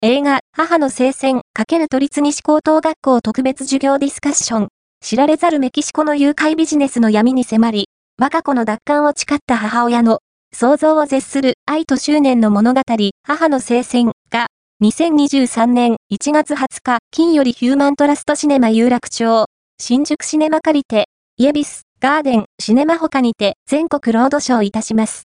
映画、母の聖戦×都立西高等学校特別授業ディスカッション。知られざるメキシコの誘拐ビジネスの闇に迫り、我が子の奪還を誓った母親の想像を絶する愛と執念の物語、母の聖戦が、2023年1月20日金よりヒューマントラストシネマ有楽町、新宿シネマ借りて、イエビス、ガーデン、シネマ他にて全国ロードショーいたします。